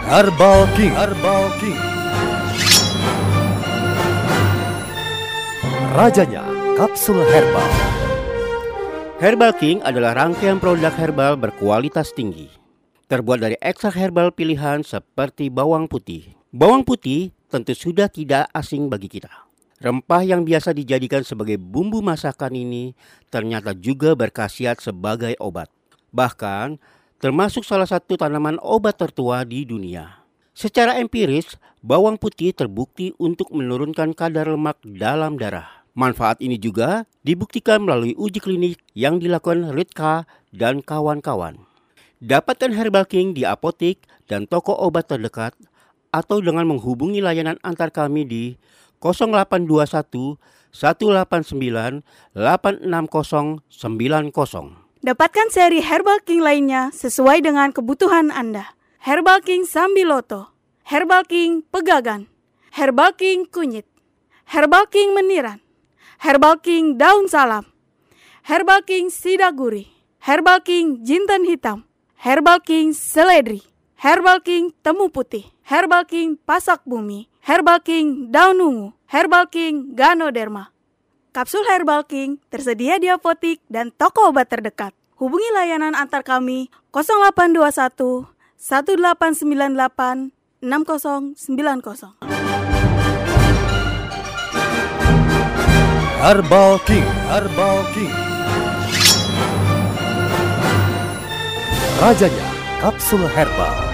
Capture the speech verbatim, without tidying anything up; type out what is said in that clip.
Herbal King. Herbal King. Rajanya kapsul herbal. Herbal King adalah rangkaian produk herbal berkualitas tinggi. Terbuat dari ekstrak herbal pilihan seperti bawang putih. Bawang putih tentu sudah tidak asing bagi kita. Rempah yang biasa dijadikan sebagai bumbu masakan ini ternyata juga berkhasiat sebagai obat. Bahkan termasuk salah satu tanaman obat tertua di dunia. Secara empiris, bawang putih terbukti untuk menurunkan kadar lemak dalam darah. Manfaat ini juga dibuktikan melalui uji klinik yang dilakukan Ritka dan kawan-kawan. Dapatkan Herbal King di apotik dan toko obat terdekat atau dengan menghubungi layanan antar kami di nol delapan dua satu, satu delapan sembilan, delapan enam nol sembilan nol. Dapatkan seri Herbal King lainnya sesuai dengan kebutuhan Anda. Herbal King Sambiloto, Herbal King Pegagan, Herbal King Kunyit, Herbal King Meniran, Herbal King Daun Salam, Herbal King Sidaguri, Herbal King Jinten Hitam, Herbal King Seledri, Herbal King Temu Putih, Herbal King Pasak Bumi, Herbal King Daun Ungu, Herbal King Ganoderma. Kapsul Herbal King tersedia di apotik dan toko obat terdekat. Hubungi layanan antar kami nol delapan dua satu, satu delapan sembilan delapan, enam nol sembilan nol. Herbal King. Herbal King. Rajanya kapsul herbal.